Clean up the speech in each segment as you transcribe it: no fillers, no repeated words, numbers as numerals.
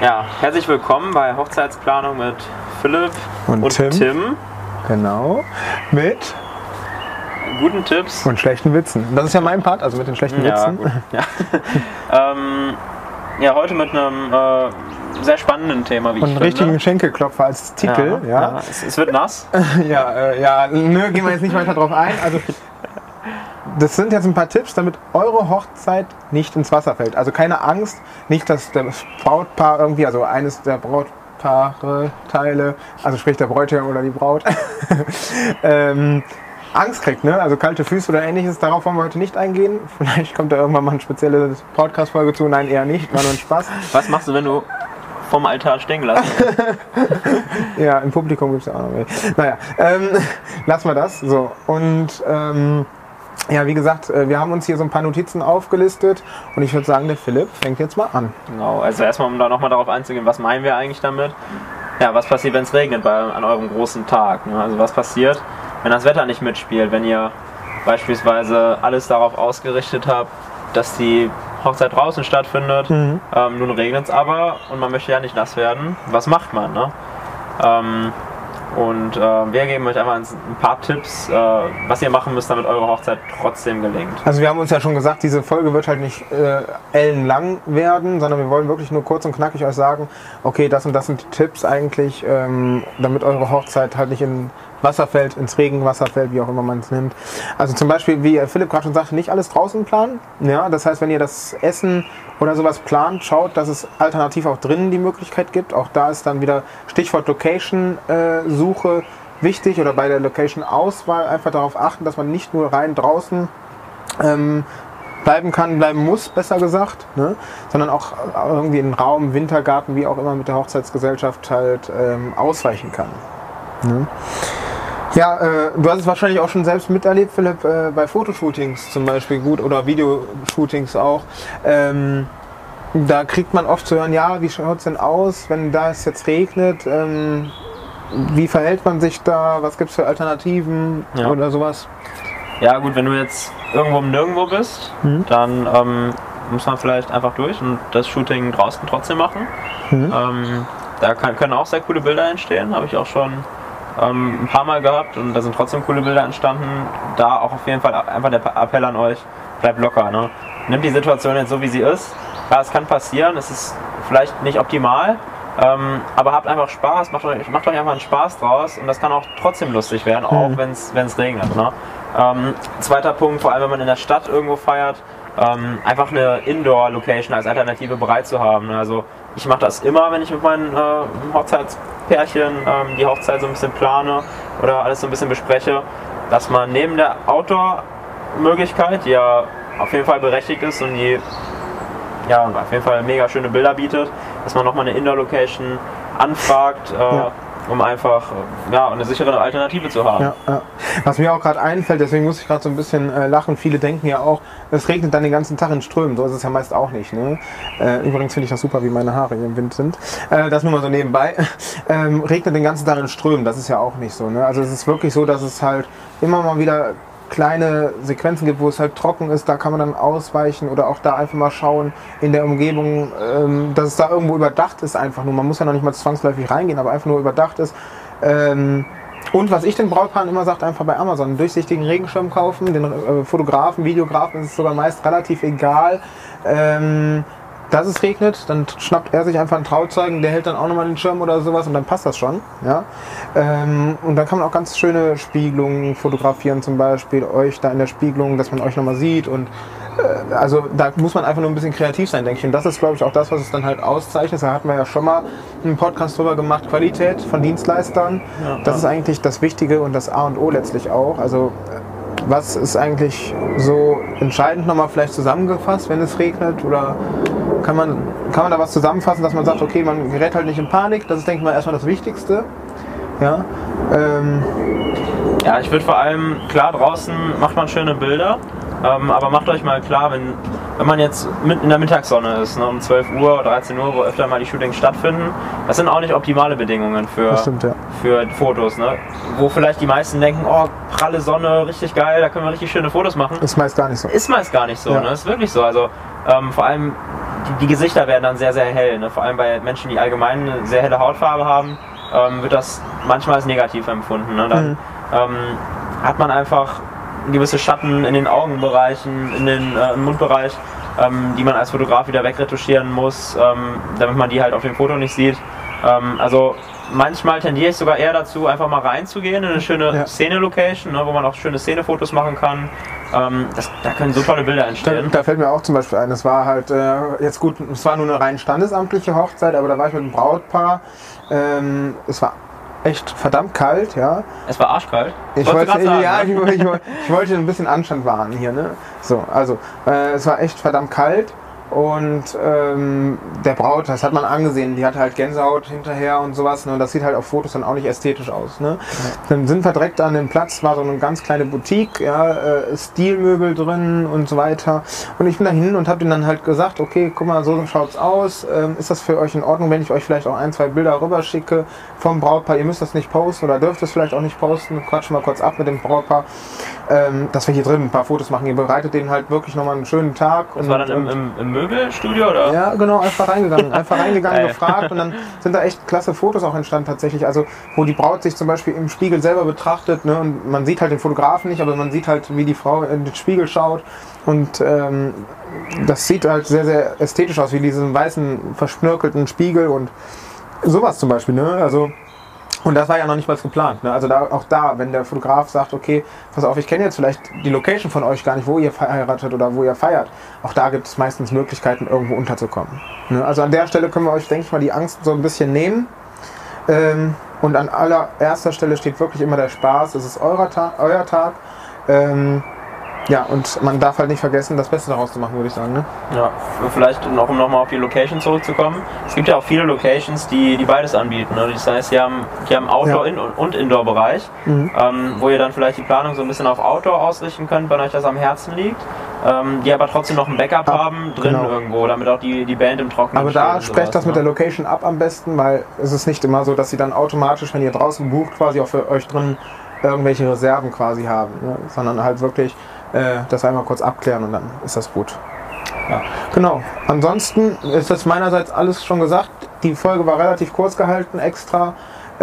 Ja, herzlich willkommen bei Hochzeitsplanung mit Philipp und Tim. Genau, mit guten Tipps und schlechten Witzen. Das ist ja mein Part, also mit den schlechten Witzen. Gut. Ja. Heute mit einem sehr spannenden Thema, wie ich finde. Und einen richtigen Schenkelklopfer als Titel. Ja. Es wird nass. Gehen wir jetzt nicht weiter drauf ein. Also, das sind jetzt ein paar Tipps, damit eure Hochzeit nicht ins Wasser fällt. Also keine Angst, nicht, dass das Brautpaar irgendwie, also eines der Brautpaare-Teile, also sprich der Bräutigam oder die Braut, Angst kriegt, ne? Also kalte Füße oder ähnliches. Darauf wollen wir heute nicht eingehen. Vielleicht kommt da irgendwann mal eine spezielle Podcast-Folge zu. Nein, eher nicht. War nur ein Spaß. Was machst du, wenn du vom Altar stehen gelassen wirst? Ja, im Publikum gibt es ja auch noch mehr. Naja, lassen wir das. So, und ja, wie gesagt, wir haben uns hier so ein paar Notizen aufgelistet und ich würde sagen, der Philipp fängt jetzt mal an. Genau, also erstmal, um da nochmal darauf einzugehen, was meinen wir eigentlich damit? Ja, was passiert, wenn es regnet an eurem großen Tag? Ne? Also was passiert, wenn das Wetter nicht mitspielt, wenn ihr beispielsweise alles darauf ausgerichtet habt, dass die Hochzeit draußen stattfindet, nun regnet es aber und man möchte ja nicht nass werden. Was macht man? Ne? Wir geben euch einfach ein paar Tipps, was ihr machen müsst, damit eure Hochzeit trotzdem gelingt. Also wir haben uns ja schon gesagt, diese Folge wird halt nicht ellenlang werden, sondern wir wollen wirklich nur kurz und knackig euch sagen, okay, das und das sind die Tipps eigentlich, damit eure Hochzeit halt nicht in Wasser fällt, ins Regenwasser fällt, wie auch immer man es nimmt. Also zum Beispiel, wie Philipp gerade schon sagte, nicht alles draußen planen. Ja, das heißt, wenn ihr das Essen oder sowas plant, schaut, dass es alternativ auch drinnen die Möglichkeit gibt. Auch da ist dann wieder Stichwort Location-Suche wichtig oder bei der Location-Auswahl einfach darauf achten, dass man nicht nur rein draußen bleiben muss, besser gesagt, ne? Sondern auch irgendwie in Raum, Wintergarten, wie auch immer mit der Hochzeitsgesellschaft halt ausweichen kann. Ne? Ja, du hast es wahrscheinlich auch schon selbst miterlebt, Philipp, bei Fotoshootings zum Beispiel gut oder Videoshootings auch. Da kriegt man oft zu hören, ja, wie schaut es denn aus, wenn das jetzt regnet? Wie verhält man sich da? Was gibt es für Alternativen oder sowas? Ja gut, wenn du jetzt irgendwo im Nirgendwo bist, dann muss man vielleicht einfach durch und das Shooting draußen trotzdem machen. Da können auch sehr coole Bilder entstehen, habe ich auch schon ein paar Mal gehabt und da sind trotzdem coole Bilder entstanden. Da auch auf jeden Fall einfach der Appell an euch, bleibt locker. Ne? Nehmt die Situation jetzt so, wie sie ist. Klar, es kann passieren, es ist vielleicht nicht optimal, aber habt einfach Spaß, macht euch einfach einen Spaß draus und das kann auch trotzdem lustig werden, auch wenn es regnet. Ne? Zweiter Punkt, vor allem wenn man in der Stadt irgendwo feiert, einfach eine Indoor-Location als Alternative bereit zu haben. Ne? Also ich mache das immer, wenn ich mit meinen Hochzeitspärchen die Hochzeit so ein bisschen plane oder alles so ein bisschen bespreche, dass man neben der Outdoor-Möglichkeit, die ja auf jeden Fall berechtigt ist und die ja auf jeden Fall mega schöne Bilder bietet, dass man nochmal eine Indoor-Location anfragt, um einfach eine sichere Alternative zu haben. Ja. Was mir auch gerade einfällt, deswegen muss ich gerade so ein bisschen lachen, viele denken ja auch, es regnet dann den ganzen Tag in Strömen, so ist es ja meist auch nicht. Ne? Übrigens finde ich das super, wie meine Haare hier im Wind sind. Das nur mal so nebenbei. Regnet den ganzen Tag in Strömen, das ist ja auch nicht so. Ne? Also es ist wirklich so, dass es halt immer mal wieder kleine Sequenzen gibt, wo es halt trocken ist, da kann man dann ausweichen oder auch da einfach mal schauen in der Umgebung, dass es da irgendwo überdacht ist einfach nur. Man muss ja noch nicht mal zwangsläufig reingehen, aber einfach nur überdacht ist. Und was ich den Brautpaaren immer sage, einfach bei Amazon einen durchsichtigen Regenschirm kaufen, den Fotografen, Videografen ist es sogar meist relativ egal. Dass es regnet, dann schnappt er sich einfach einen Trauzeugen, der hält dann auch nochmal den Schirm oder sowas und dann passt das schon. Ja? Und dann kann man auch ganz schöne Spiegelungen fotografieren, zum Beispiel euch da in der Spiegelung, dass man euch nochmal sieht und also da muss man einfach nur ein bisschen kreativ sein, denke ich. Und das ist, glaube ich, auch das, was es dann halt auszeichnet. Da hatten wir ja schon mal einen Podcast drüber gemacht, Qualität von Dienstleistern. Ja, das ist eigentlich das Wichtige und das A und O letztlich auch. Also was ist eigentlich so entscheidend nochmal vielleicht zusammengefasst, wenn es regnet? Oder kann man da was zusammenfassen, dass man sagt, okay, man gerät halt nicht in Panik. Das ist, denke ich mal, erstmal das Wichtigste. Ja, ich würde vor allem, klar, draußen macht man schöne Bilder. Aber macht euch mal klar, wenn man jetzt in der Mittagssonne ist, ne, um 12 Uhr, 13 Uhr, wo öfter mal die Shootings stattfinden, das sind auch nicht optimale Bedingungen für Fotos. Ne? Wo vielleicht die meisten denken, oh, pralle Sonne, richtig geil, da können wir richtig schöne Fotos machen. Ist meist gar nicht so. Ist meist gar nicht so, ne? Ist wirklich so. Also vor allem die Gesichter werden dann sehr, sehr hell. Ne? Vor allem bei Menschen, die allgemein eine sehr helle Hautfarbe haben, wird das manchmal als negativ empfunden. Ne? Dann hat man einfach gewisse Schatten in den Augenbereichen, im Mundbereich, die man als Fotograf wieder wegretuschieren muss, damit man die halt auf dem Foto nicht sieht. Also manchmal tendiere ich sogar eher dazu, einfach mal reinzugehen in eine schöne Szene-Location, ne, wo man auch schöne Szenefotos machen kann. Da können so tolle Bilder entstehen. Da fällt mir auch zum Beispiel ein, es war halt jetzt gut, es war nur eine rein standesamtliche Hochzeit, aber da war ich mit einem Brautpaar. Es war echt verdammt kalt, ja. Es war arschkalt. Ich wollte ein bisschen Anstand wahren hier, ne? So, also es war echt verdammt kalt. Und der Braut, das hat man angesehen, die hat halt Gänsehaut hinterher und sowas. Ne? Und das sieht halt auf Fotos dann auch nicht ästhetisch aus. Ne? Dann sind wir direkt an dem Platz, war so eine ganz kleine Boutique, ja, Stilmöbel drin und so weiter. Und ich bin da hin und habe denen dann halt gesagt, okay, guck mal, so schaut's aus. Ist das für euch in Ordnung, wenn ich euch vielleicht auch 1, 2 Bilder rüber schicke vom Brautpaar? Ihr müsst das nicht posten oder dürft es vielleicht auch nicht posten. Quatschen mal kurz ab mit dem Brautpaar, dass wir hier drin ein paar Fotos machen. Ihr bereitet denen halt wirklich nochmal einen schönen Tag. Das war dann im Möbelstudio, oder? Ja, genau, einfach reingegangen, gefragt und dann sind da echt klasse Fotos auch entstanden tatsächlich, also wo die Braut sich zum Beispiel im Spiegel selber betrachtet, ne, und man sieht halt den Fotografen nicht, aber man sieht halt, wie die Frau in den Spiegel schaut und das sieht halt sehr, sehr ästhetisch aus, wie diesen weißen, verschnörkelten Spiegel und sowas zum Beispiel, ne, also. Und das war ja noch nicht mal geplant. Ne? Also auch da, wenn der Fotograf sagt, okay, pass auf, ich kenne jetzt vielleicht die Location von euch gar nicht, wo ihr verheiratet oder wo ihr feiert. Auch da gibt es meistens Möglichkeiten, irgendwo unterzukommen. Ne? Also an der Stelle können wir euch, denke ich mal, die Angst so ein bisschen nehmen. Und an allererster Stelle steht wirklich immer der Spaß. Es ist euer Tag. Ja, und man darf halt nicht vergessen, das Beste daraus zu machen, würde ich sagen. Ne? Ja, vielleicht noch, um nochmal auf die Location zurückzukommen. Es gibt ja auch viele Locations, die beides anbieten. Ne? Das heißt, die haben Outdoor- und Indoor-Bereich, wo ihr dann vielleicht die Planung so ein bisschen auf Outdoor ausrichten könnt, wenn euch das am Herzen liegt. Die aber trotzdem noch ein Backup haben drin irgendwo, damit auch die Band im Trockenen aber da sprecht das mit der Location ab am besten, weil es ist nicht immer so, dass sie dann automatisch, wenn ihr draußen bucht, quasi auch für euch drin irgendwelche Reserven quasi haben, ne? Sondern halt wirklich das einmal kurz abklären und dann ist das gut. Ja. Genau. Ansonsten ist das meinerseits alles schon gesagt. Die Folge war relativ kurz gehalten extra.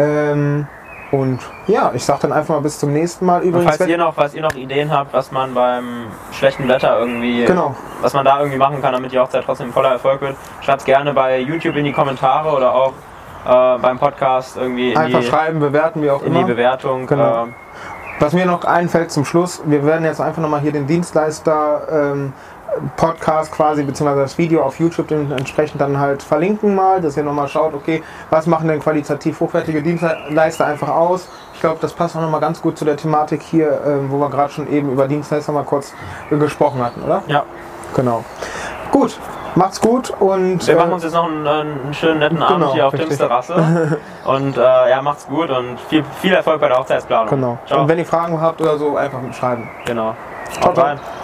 Und ja, ich sag dann einfach mal bis zum nächsten Mal. Übrigens, falls ihr noch Ideen habt, was man beim schlechten Wetter irgendwie, was man da irgendwie machen kann, damit die Hochzeit trotzdem voller Erfolg wird, schreibt es gerne bei YouTube in die Kommentare oder auch beim Podcast irgendwie einfach schreiben, bewerten, wie auch immer. In die Bewertung. Genau. Was mir noch einfällt zum Schluss, wir werden jetzt einfach nochmal hier den Dienstleister Podcast quasi, beziehungsweise das Video auf YouTube entsprechend dann halt verlinken mal, dass ihr nochmal schaut, okay, was machen denn qualitativ hochwertige Dienstleister einfach aus. Ich glaube, das passt auch nochmal ganz gut zu der Thematik hier, wo wir gerade schon eben über Dienstleister mal kurz gesprochen hatten, oder? Ja. Genau. Gut, macht's gut und... Wir machen uns jetzt noch einen schönen, netten Abend hier auf Tim's Terrasse und ja, macht's gut und viel Erfolg bei der Hochzeitsplanung. Genau. Ciao. Und wenn ihr Fragen habt oder so, einfach schreiben. Genau. Ciao, ciao.